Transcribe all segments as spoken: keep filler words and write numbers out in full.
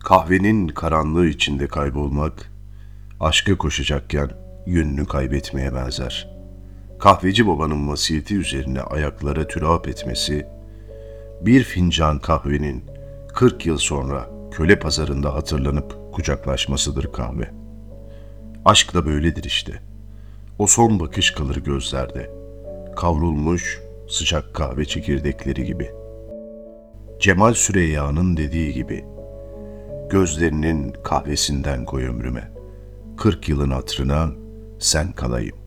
Kahvenin karanlığı içinde kaybolmak, aşka koşacakken yönünü kaybetmeye benzer. Kahveci babanın vasiyeti üzerine ayaklara türap etmesi, bir fincan kahvenin kırk yıl sonra köle pazarında hatırlanıp kucaklaşmasıdır kahve. Aşk da böyledir işte. O son bakış kalır gözlerde. Kavrulmuş sıcak kahve çekirdekleri gibi. Cemal Süreyya'nın dediği gibi, gözlerinin kahvesinden koy ömrüme. Kırk yılın hatırına sen kalayım.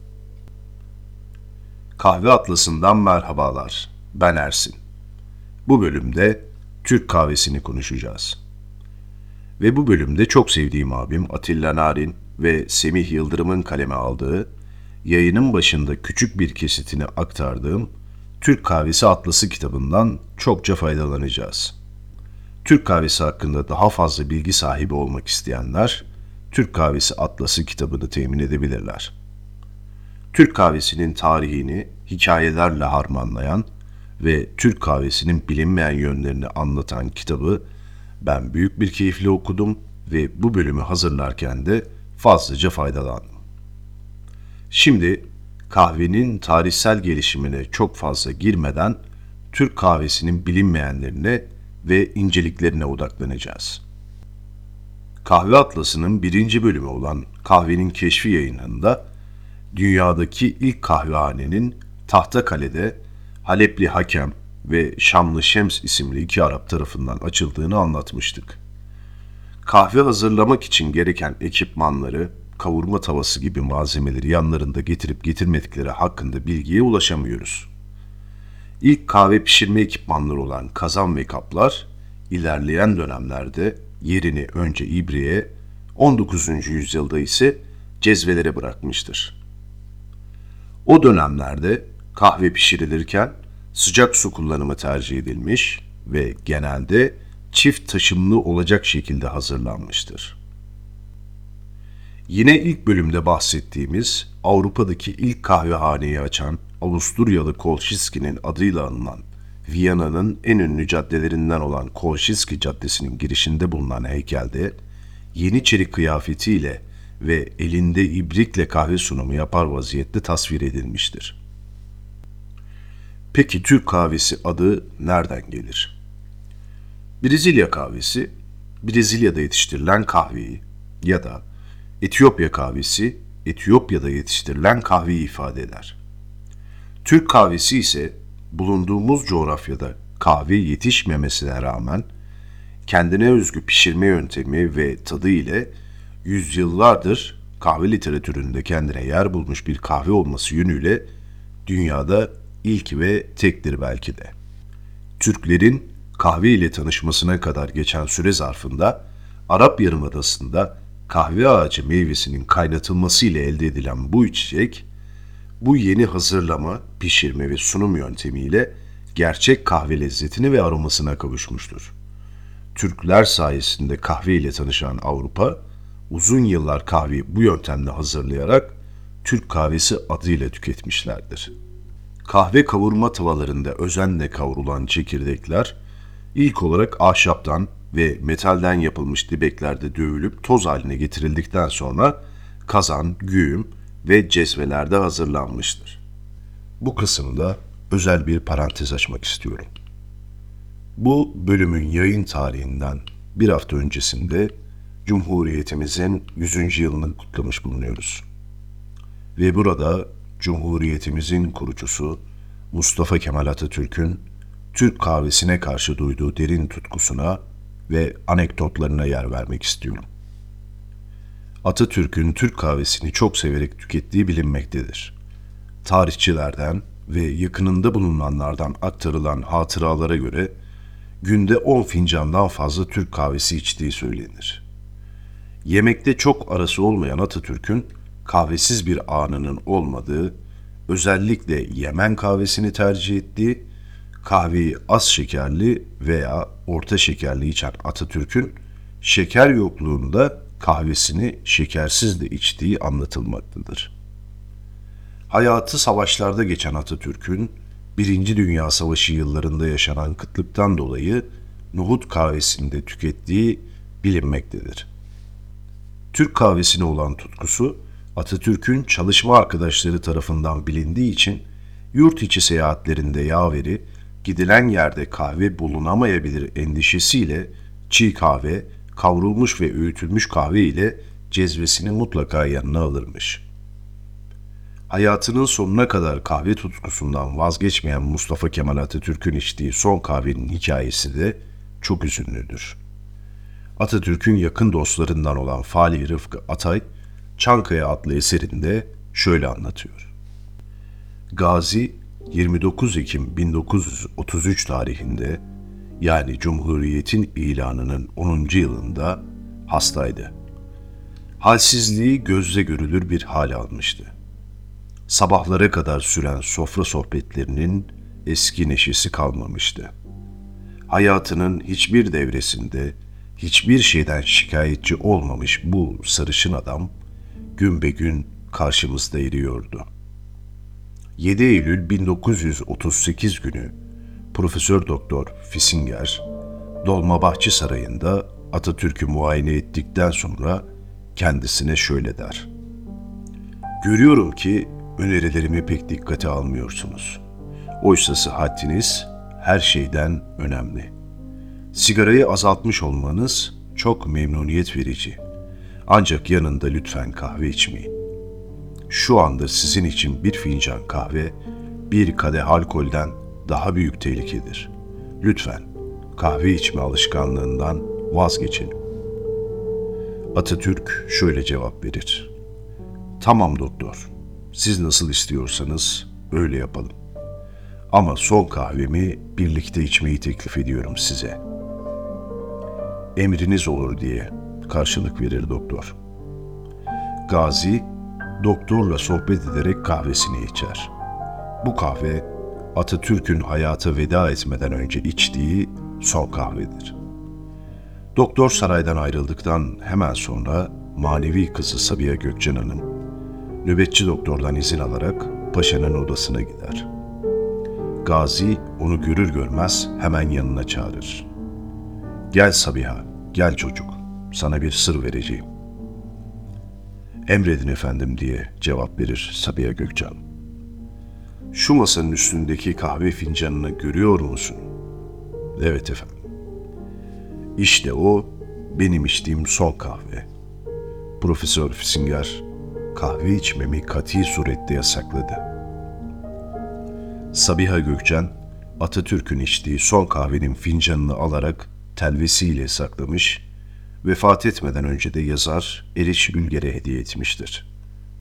Kahve Atlası'ndan merhabalar. Ben Ersin. Bu bölümde Türk kahvesini konuşacağız. Ve bu bölümde çok sevdiğim abim Atilla Narin ve Semih Yıldırım'ın kaleme aldığı, yayının başında küçük bir kesitini aktardığım Türk Kahvesi Atlası kitabından çokça faydalanacağız. Türk kahvesi hakkında daha fazla bilgi sahibi olmak isteyenler, Türk Kahvesi Atlası kitabını temin edebilirler. Türk kahvesinin tarihini hikayelerle harmanlayan ve Türk kahvesinin bilinmeyen yönlerini anlatan kitabı ben büyük bir keyifle okudum ve bu bölümü hazırlarken de fazlaca faydalandım. Şimdi kahvenin tarihsel gelişimine çok fazla girmeden Türk kahvesinin bilinmeyenlerine ve inceliklerine odaklanacağız. Kahve Atlası'nın birinci bölümü olan Kahvenin Keşfi yayınında dünyadaki ilk kahvehanenin Tahtakale'de Halepli Hakem ve Şamlı Şems isimli iki Arap tarafından açıldığını anlatmıştık. Kahve hazırlamak için gereken ekipmanları, kavurma tavası gibi malzemeleri yanlarında getirip getirmedikleri hakkında bilgiye ulaşamıyoruz. İlk kahve pişirme ekipmanları olan kazan ve kaplar, ilerleyen dönemlerde yerini önce ibriğe, on dokuzuncu yüzyılda ise cezvelere bırakmıştır. O dönemlerde kahve pişirilirken sıcak su kullanımı tercih edilmiş ve genelde çift taşımlı olacak şekilde hazırlanmıştır. Yine ilk bölümde bahsettiğimiz Avrupa'daki ilk kahvehaneyi açan Avusturyalı Kolşiski'nin adıyla anılan Viyana'nın en ünlü caddelerinden olan Kolşiski Caddesi'nin girişinde bulunan heykelde Yeniçeri kıyafetiyle ve elinde ibrikle kahve sunumu yapar vaziyette tasvir edilmiştir. Peki Türk kahvesi adı nereden gelir? Brezilya kahvesi, Brezilya'da yetiştirilen kahveyi ya da Etiyopya kahvesi, Etiyopya'da yetiştirilen kahveyi ifade eder. Türk kahvesi ise bulunduğumuz coğrafyada kahve yetişmemesine rağmen kendine özgü pişirme yöntemi ve tadı ile yüzyıllardır kahve literatüründe kendine yer bulmuş bir kahve olması yönüyle dünyada ilk ve tektir belki de. Türklerin kahve ile tanışmasına kadar geçen süre zarfında Arap Yarımadası'nda kahve ağacı meyvesinin kaynatılması ile elde edilen bu içecek, bu yeni hazırlama, pişirme ve sunum yöntemiyle gerçek kahve lezzetini ve aromasına kavuşmuştur. Türkler sayesinde kahve ile tanışan Avrupa, uzun yıllar kahveyi bu yöntemle hazırlayarak Türk kahvesi adıyla tüketmişlerdir. Kahve kavurma tavalarında özenle kavrulan çekirdekler, ilk olarak ahşaptan ve metalden yapılmış dibeklerde dövülüp toz haline getirildikten sonra kazan, güğüm ve cezvelerde hazırlanmıştır. Bu kısımda özel bir parantez açmak istiyorum. Bu bölümün yayın tarihinden bir hafta öncesinde Cumhuriyetimizin yüzüncü yılını kutlamış bulunuyoruz. Ve burada Cumhuriyetimizin kurucusu Mustafa Kemal Atatürk'ün Türk kahvesine karşı duyduğu derin tutkusuna ve anekdotlarına yer vermek istiyorum. Atatürk'ün Türk kahvesini çok severek tükettiği bilinmektedir. Tarihçilerden ve yakınında bulunanlardan aktarılan hatıralara göre günde on fincandan fazla Türk kahvesi içtiği söylenir. Yemekte çok arası olmayan Atatürk'ün kahvesiz bir anının olmadığı, özellikle Yemen kahvesini tercih ettiği, kahveyi az şekerli veya orta şekerli içen Atatürk'ün şeker yokluğunda kahvesini şekersiz de içtiği anlatılmaktadır. Hayatı savaşlarda geçen Atatürk'ün Birinci Dünya Savaşı yıllarında yaşanan kıtlıktan dolayı nohut kahvesinde tükettiği bilinmektedir. Türk kahvesine olan tutkusu Atatürk'ün çalışma arkadaşları tarafından bilindiği için yurt içi seyahatlerinde yaveri, gidilen yerde kahve bulunamayabilir endişesiyle çiğ kahve, kavrulmuş ve öğütülmüş kahve ile cezvesini mutlaka yanına alırmış. Hayatının sonuna kadar kahve tutkusundan vazgeçmeyen Mustafa Kemal Atatürk'ün içtiği son kahvenin hikayesi de çok üzünlüdür. Atatürk'ün yakın dostlarından olan Falih Rıfkı Atay, Çankaya adlı eserinde şöyle anlatıyor. Gazi, yirmi dokuz Ekim bin dokuz yüz otuz üç tarihinde, yani Cumhuriyet'in ilanının onuncu yılında hastaydı. Halsizliği gözle görülür bir hal almıştı. Sabahlara kadar süren sofra sohbetlerinin eski neşesi kalmamıştı. Hayatının hiçbir devresinde hiçbir şeyden şikayetçi olmamış bu sarışın adam gün be gün karşımızda eriyordu. yedi Eylül bin dokuz yüz otuz sekiz günü Profesör Doktor Fisinger, Dolmabahçe Sarayı'nda Atatürk'ü muayene ettikten sonra kendisine şöyle der. Görüyorum ki önerilerimi pek dikkate almıyorsunuz. Oysa sıhhatiniz her şeyden önemli. Sigarayı azaltmış olmanız çok memnuniyet verici. Ancak yanında lütfen kahve içmeyin. Şu anda sizin için bir fincan kahve, bir kadeh alkolden daha büyük tehlikedir. Lütfen kahve içme alışkanlığından vazgeçelim. Atatürk şöyle cevap verir. Tamam doktor, siz nasıl istiyorsanız öyle yapalım. Ama son kahvemi birlikte içmeyi teklif ediyorum size. Emriniz olur diye karşılık verir doktor. Gazi, doktorla sohbet ederek kahvesini içer. Bu kahve, Atatürk'ün hayata veda etmeden önce içtiği son kahvedir. Doktor saraydan ayrıldıktan hemen sonra manevi kızı Sabiha Gökçen Hanım, nöbetçi doktordan izin alarak paşanın odasına gider. Gazi onu görür görmez hemen yanına çağırır. Gel Sabiha, gel çocuk, sana bir sır vereceğim. Emredin efendim diye cevap verir Sabiha Gökçen. Şu masanın üstündeki kahve fincanını görüyor musun? Evet efendim. İşte o benim içtiğim son kahve. Profesör Fisinger kahve içmemi kati surette yasakladı. Sabiha Gökçen Atatürk'ün içtiği son kahvenin fincanını alarak telvesiyle saklamış, vefat etmeden önce de yazar Eriş Ülger'e hediye etmiştir.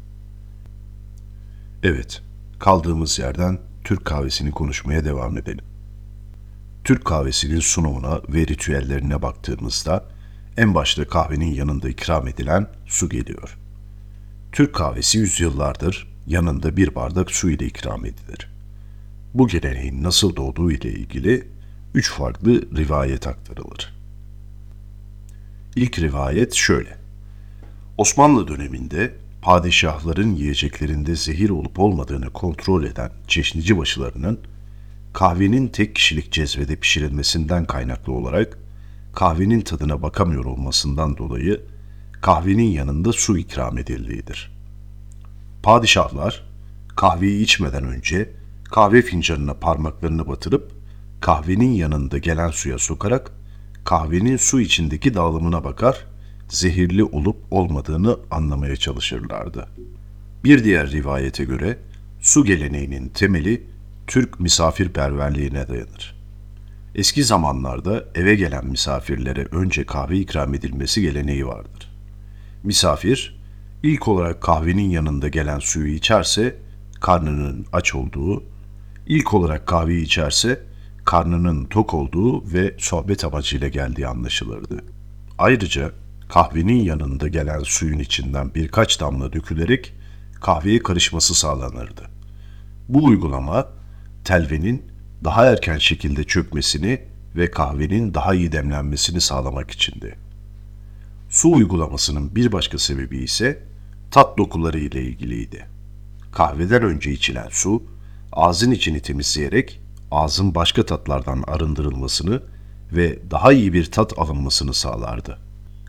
Evet, kaldığımız yerden Türk kahvesini konuşmaya devam edelim. Türk kahvesinin sunumuna ve ritüellerine baktığımızda en başta kahvenin yanında ikram edilen su geliyor. Türk kahvesi yüzyıllardır yanında bir bardak su ile ikram edilir. Bu geleneğin nasıl doğduğu ile ilgili üç farklı rivayet aktarılır. İlk rivayet şöyle. Osmanlı döneminde padişahların yiyeceklerinde zehir olup olmadığını kontrol eden çeşnici başılarının kahvenin tek kişilik cezvede pişirilmesinden kaynaklı olarak kahvenin tadına bakamıyor olmasından dolayı kahvenin yanında su ikram edildiğidir. Padişahlar kahveyi içmeden önce kahve fincanına parmaklarını batırıp kahvenin yanında gelen suya sokarak kahvenin su içindeki dağılımına bakar, zehirli olup olmadığını anlamaya çalışırlardı. Bir diğer rivayete göre su geleneğinin temeli Türk misafirperverliğine dayanır. Eski zamanlarda eve gelen misafirlere önce kahve ikram edilmesi geleneği vardır. Misafir, ilk olarak kahvenin yanında gelen suyu içerse karnının aç olduğu, ilk olarak kahveyi içerse karnının tok olduğu ve sohbet amacıyla geldiği anlaşılırdı. Ayrıca kahvenin yanında gelen suyun içinden birkaç damla dökülerek kahveye karışması sağlanırdı. Bu uygulama telvenin daha erken şekilde çökmesini ve kahvenin daha iyi demlenmesini sağlamak içindi. Su uygulamasının bir başka sebebi ise tat dokuları ile ilgiliydi. Kahveden önce içilen su, ağzın içini temizleyerek ağzın başka tatlardan arındırılmasını ve daha iyi bir tat alınmasını sağlardı.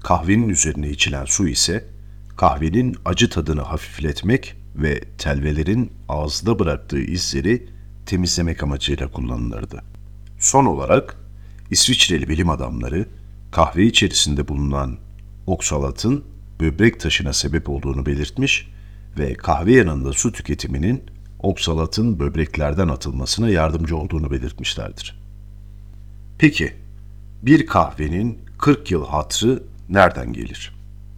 Kahvenin üzerine içilen su ise kahvenin acı tadını hafifletmek ve telvelerin ağızda bıraktığı izleri temizlemek amacıyla kullanılırdı. Son olarak İsviçreli bilim adamları kahve içerisinde bulunan oksalatın böbrek taşına sebep olduğunu belirtmiş ve kahve yanında su tüketiminin oksalatın böbreklerden atılmasına yardımcı olduğunu belirtmişlerdir. Peki, bir kahvenin kırk yıl hatırı nereden gelir?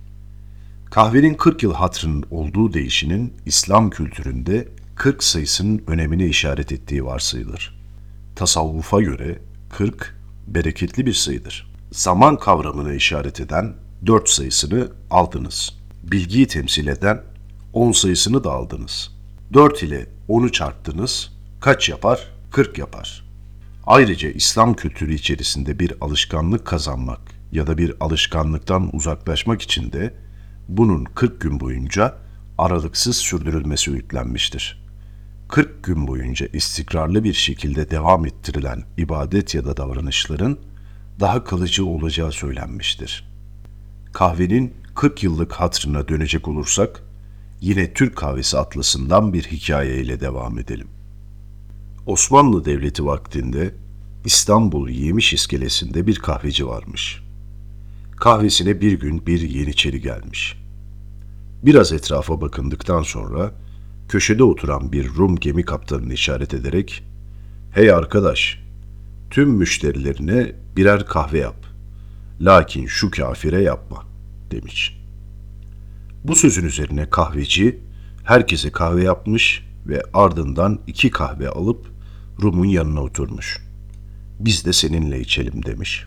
Kahvenin kırk yıl hatırının olduğu deyişinin İslam kültüründe kırk sayısının önemine işaret ettiği varsayılır. Tasavvufa göre kırk bereketli bir sayıdır. Zaman kavramına işaret eden dört sayısını aldınız. Bilgiyi temsil eden on sayısını da aldınız. dört ile onu çarptınız. Kaç yapar? kırk yapar. Ayrıca İslam kültürü içerisinde bir alışkanlık kazanmak ya da bir alışkanlıktan uzaklaşmak için de bunun kırk gün boyunca aralıksız sürdürülmesi öğütlenmiştir. kırk gün boyunca istikrarlı bir şekilde devam ettirilen ibadet ya da davranışların daha kalıcı olacağı söylenmiştir. Kahvenin kırk yıllık hatırına dönecek olursak, yine Türk Kahvesi Atlası'ndan bir hikaye ile devam edelim. Osmanlı Devleti vaktinde İstanbul Yemiş İskelesi'nde bir kahveci varmış. Kahvesine bir gün bir yeniçeri gelmiş. Biraz etrafa bakındıktan sonra köşede oturan bir Rum gemi kaptanını işaret ederek "Hey arkadaş, tüm müşterilerine birer kahve yap. Lakin şu kafire yapma," demiş. Bu sözün üzerine kahveci herkese kahve yapmış ve ardından iki kahve alıp Rum'un yanına oturmuş. "Biz de seninle içelim," demiş.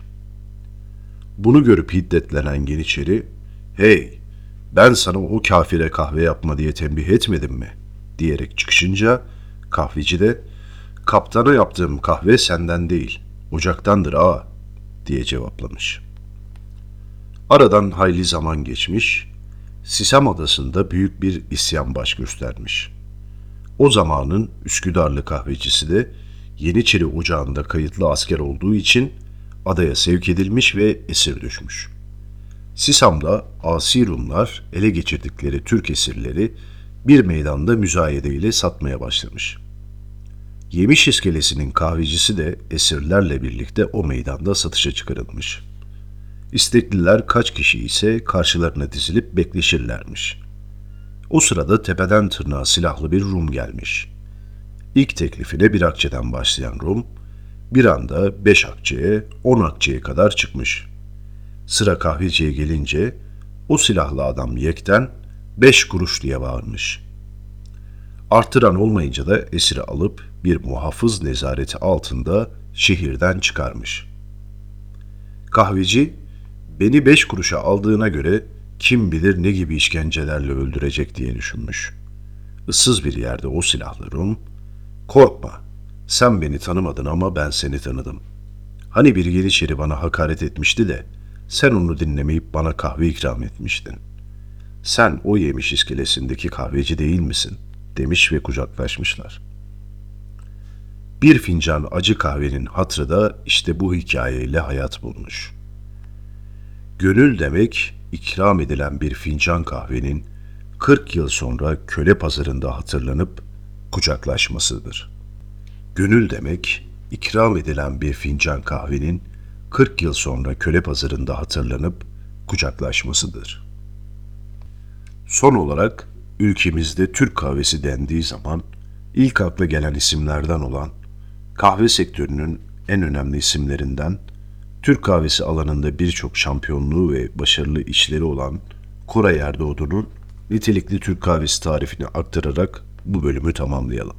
Bunu görüp hiddetlenen Yeniçeri, "Hey, ben sana o kafire kahve yapma diye tembih etmedim mi?" diyerek çıkışınca kahveci de "Kaptana yaptığım kahve senden değil, ocaktandır ağa," diye cevaplamış. Aradan hayli zaman geçmiş, Sisam Adası'nda büyük bir isyan baş göstermiş. O zamanın Üsküdarlı kahvecisi de Yeniçeri Ocağı'nda kayıtlı asker olduğu için adaya sevk edilmiş ve esir düşmüş. Sisam'da asi Rumlar ele geçirdikleri Türk esirleri bir meydanda müzayede ile satmaya başlamış. Yemiş İskelesi'nin kahvecisi de esirlerle birlikte o meydanda satışa çıkarılmış. İstekliler kaç kişi ise karşılarına dizilip bekleşirlermiş. O sırada tepeden tırnağa silahlı bir Rum gelmiş. İlk teklifine bir akçeden başlayan Rum, bir anda beş akçeye, on akçeye kadar çıkmış. Sıra kahveciye gelince o silahlı adam yekten beş kuruş diye bağırmış. Artıran olmayınca da esiri alıp bir muhafız nezareti altında şehirden çıkarmış. Kahveci, beni beş kuruşa aldığına göre kim bilir ne gibi işkencelerle öldürecek diye düşünmüş. Issız bir yerde o silahlı Rum, "Korkma, sen beni tanımadın ama ben seni tanıdım. Hani bir Yeniçeri bana hakaret etmişti de sen onu dinlemeyip bana kahve ikram etmiştin. Sen o Yemiş İskelesi'ndeki kahveci değil misin?" demiş ve kucaklaşmışlar. Bir fincan acı kahvenin hatırı da işte bu hikayeyle hayat bulmuş. Gönül demek, ikram edilen bir fincan kahvenin kırk yıl sonra köle pazarında hatırlanıp kucaklaşmasıdır. Gönül demek, ikram edilen bir fincan kahvenin kırk yıl sonra köle pazarında hatırlanıp kucaklaşmasıdır. Son olarak ülkemizde Türk kahvesi dendiği zaman ilk akla gelen isimlerden olan kahve sektörünün en önemli isimlerinden Türk kahvesi alanında birçok şampiyonluğu ve başarılı işleri olan Koray Erdoğdu'nun nitelikli Türk kahvesi tarifini aktararak bu bölümü tamamlayalım.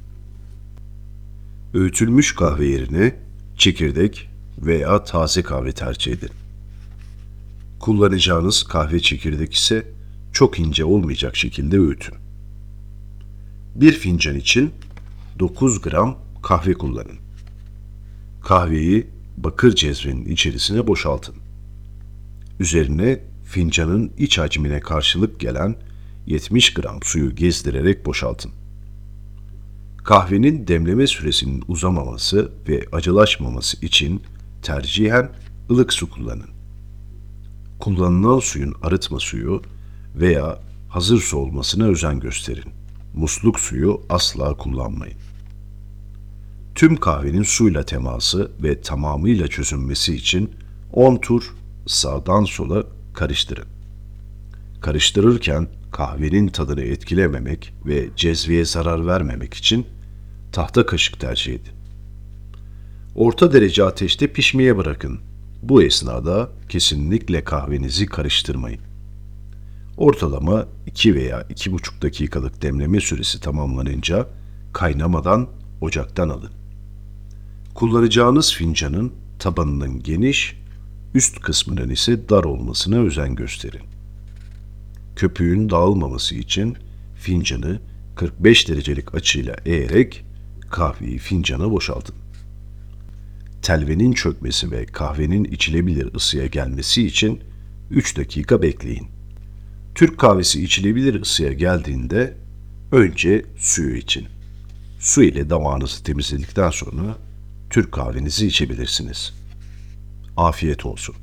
Öğütülmüş kahve yerine çekirdek veya taze kahve tercih edin. Kullanacağınız kahve çekirdek ise çok ince olmayacak şekilde öğütün. Bir fincan için dokuz gram kahve kullanın. Kahveyi bakır cezvenin içerisine boşaltın. Üzerine fincanın iç hacmine karşılık gelen yetmiş gram suyu gezdirerek boşaltın. Kahvenin demleme süresinin uzamaması ve acılaşmaması için tercihen ılık su kullanın. Kullanılan suyun arıtma suyu veya hazır su olmasına özen gösterin. Musluk suyu asla kullanmayın. Tüm kahvenin suyla teması ve tamamıyla çözünmesi için on tur sağdan sola karıştırın. Karıştırırken kahvenin tadını etkilememek ve cezveye zarar vermemek için tahta kaşık tercih edin. Orta derece ateşte pişmeye bırakın. Bu esnada kesinlikle kahvenizi karıştırmayın. Ortalama iki veya iki buçuk dakikalık demleme süresi tamamlanınca kaynamadan ocaktan alın. Kullanacağınız fincanın tabanının geniş, üst kısmının ise dar olmasına özen gösterin. Köpüğün dağılmaması için fincanı kırk beş derecelik açıyla eğerek kahveyi fincana boşaltın. Telvenin çökmesi ve kahvenin içilebilir ısıya gelmesi için üç dakika bekleyin. Türk kahvesi içilebilir ısıya geldiğinde önce suyu için. Su ile damağınızı temizledikten sonra Türk kahvenizi içebilirsiniz. Afiyet olsun.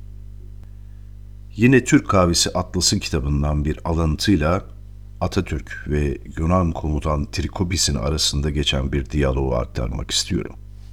Yine Türk Kahvesi Atlası kitabından bir alıntıyla Atatürk ve Yunan komutan Trikopis'in arasında geçen bir diyaloğu aktarmak istiyorum.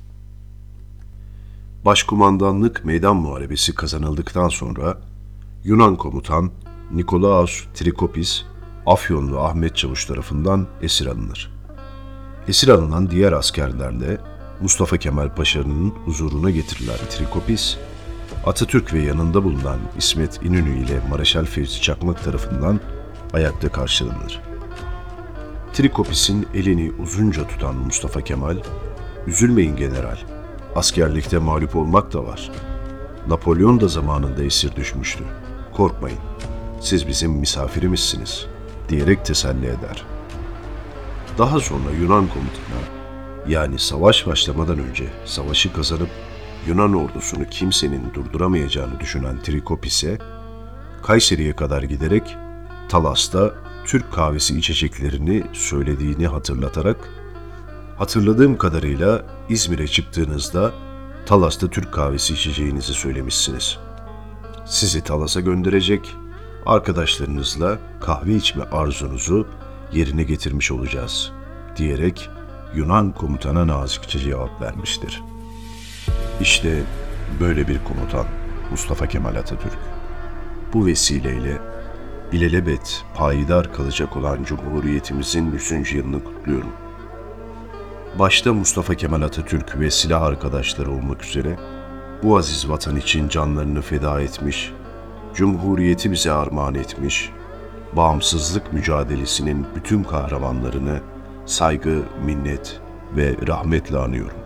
Başkumandanlık meydan muharebesi kazanıldıktan sonra Yunan komutan Nikolaos Trikopis, Afyonlu Ahmet Çavuş tarafından esir alınır. Esir alınan diğer askerlerle Mustafa Kemal Paşa'nın huzuruna getirilen Trikopis, Atatürk ve yanında bulunan İsmet İnönü ile Mareşal Fevzi Çakmak tarafından ayakta karşılanır. Trikopis'in elini uzunca tutan Mustafa Kemal, "Üzülmeyin general, askerlikte mağlup olmak da var. Napolyon da zamanında esir düşmüştü. Korkmayın, siz bizim misafirimizsiniz," diyerek teselli eder. Daha sonra Yunan komutanı, yani savaş başlamadan önce savaşı kazanıp Yunan ordusunu kimsenin durduramayacağını düşünen Trikopis'e, Kayseri'ye kadar giderek Talas'ta Türk kahvesi içeceklerini söylediğini hatırlatarak, "Hatırladığım kadarıyla İzmir'e çıktığınızda Talas'ta Türk kahvesi içeceğinizi söylemişsiniz. Sizi Talas'a gönderecek, arkadaşlarınızla kahve içme arzunuzu yerine getirmiş olacağız," diyerek Yunan komutana nazikçe cevap vermiştir. İşte böyle bir komutan Mustafa Kemal Atatürk. Bu vesileyle ilelebet payidar kalacak olan Cumhuriyetimizin yüzüncü yılını kutluyorum. Başta Mustafa Kemal Atatürk ve silah arkadaşları olmak üzere bu aziz vatan için canlarını feda etmiş, Cumhuriyeti bize armağan etmiş, bağımsızlık mücadelesinin bütün kahramanlarını saygı, minnet ve rahmetle anıyorum.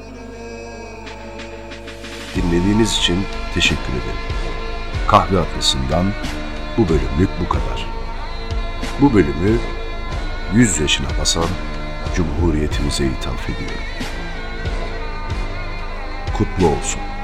Dinlediğiniz için teşekkür ederim. Kahve Atlası'ndan bu bölümlük bu kadar. Bu bölümü yüz yaşına basan Cumhuriyetimize ithaf ediyorum. Kutlu olsun.